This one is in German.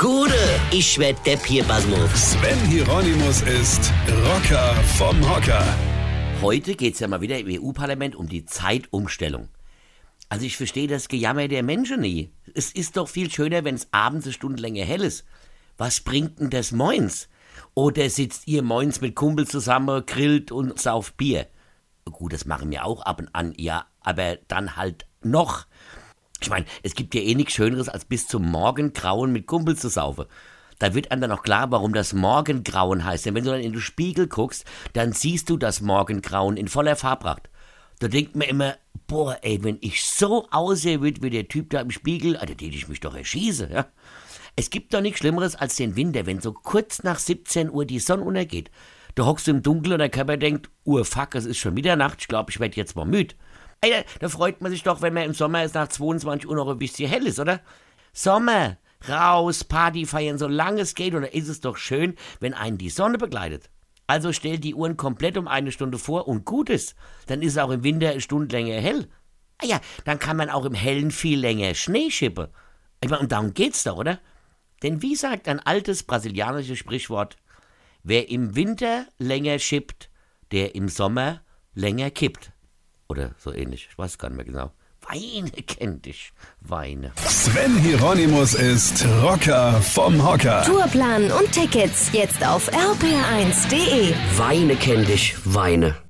Gude, ich werd Depp hier, Basmus. Sven Hieronymus ist Rocker vom Hocker. Heute geht's ja mal wieder im EU-Parlament um die Zeitumstellung. Also ich verstehe das Gejammer der Menschen nie. Es ist doch viel schöner, wenn es abends eine Stunde länger hell ist. Was bringt denn das moins? Oder sitzt ihr moins mit Kumpel zusammen, grillt und sauft Bier? Gut, das machen wir auch ab und an, ja, aber dann halt noch. Ich meine, es gibt ja eh nichts Schöneres, als bis zum Morgengrauen mit Kumpel zu saufen. Da wird einem dann auch klar, warum das Morgengrauen heißt. Denn wenn du dann in den Spiegel guckst, dann siehst du das Morgengrauen in voller Farbpracht. Da denkt man immer, boah, ey, wenn ich so aussehen würde wie der Typ da im Spiegel, da hätte ich mich doch erschießen, ja. Es gibt doch nichts Schlimmeres als den Winter, wenn so kurz nach 17 Uhr die Sonne untergeht. Du hockst im Dunkeln und der Körper denkt, fuck, es ist schon Mitternacht, ich glaube, ich werde jetzt mal müde. Ey, da freut man sich doch, wenn man im Sommer es nach 22 Uhr noch ein bisschen hell ist, oder? Sommer, raus, Party feiern, solange es geht, und da ist es doch schön, wenn einen die Sonne begleitet. Also stell die Uhren komplett um eine Stunde vor und gut ist. Dann ist es auch im Winter eine Stunde länger hell. Ah ja, dann kann man auch im Hellen viel länger Schnee schippen. Ich meine, und darum geht's doch, oder? Denn wie sagt ein altes brasilianisches Sprichwort, wer im Winter länger schippt, der im Sommer länger kippt. Oder so ähnlich, ich weiß gar nicht mehr genau. Weine kennt dich, Weine. Sven Hieronymus ist Rocker vom Hocker. Tourplan und Tickets jetzt auf rpr1.de. Weine kenn dich, Weine.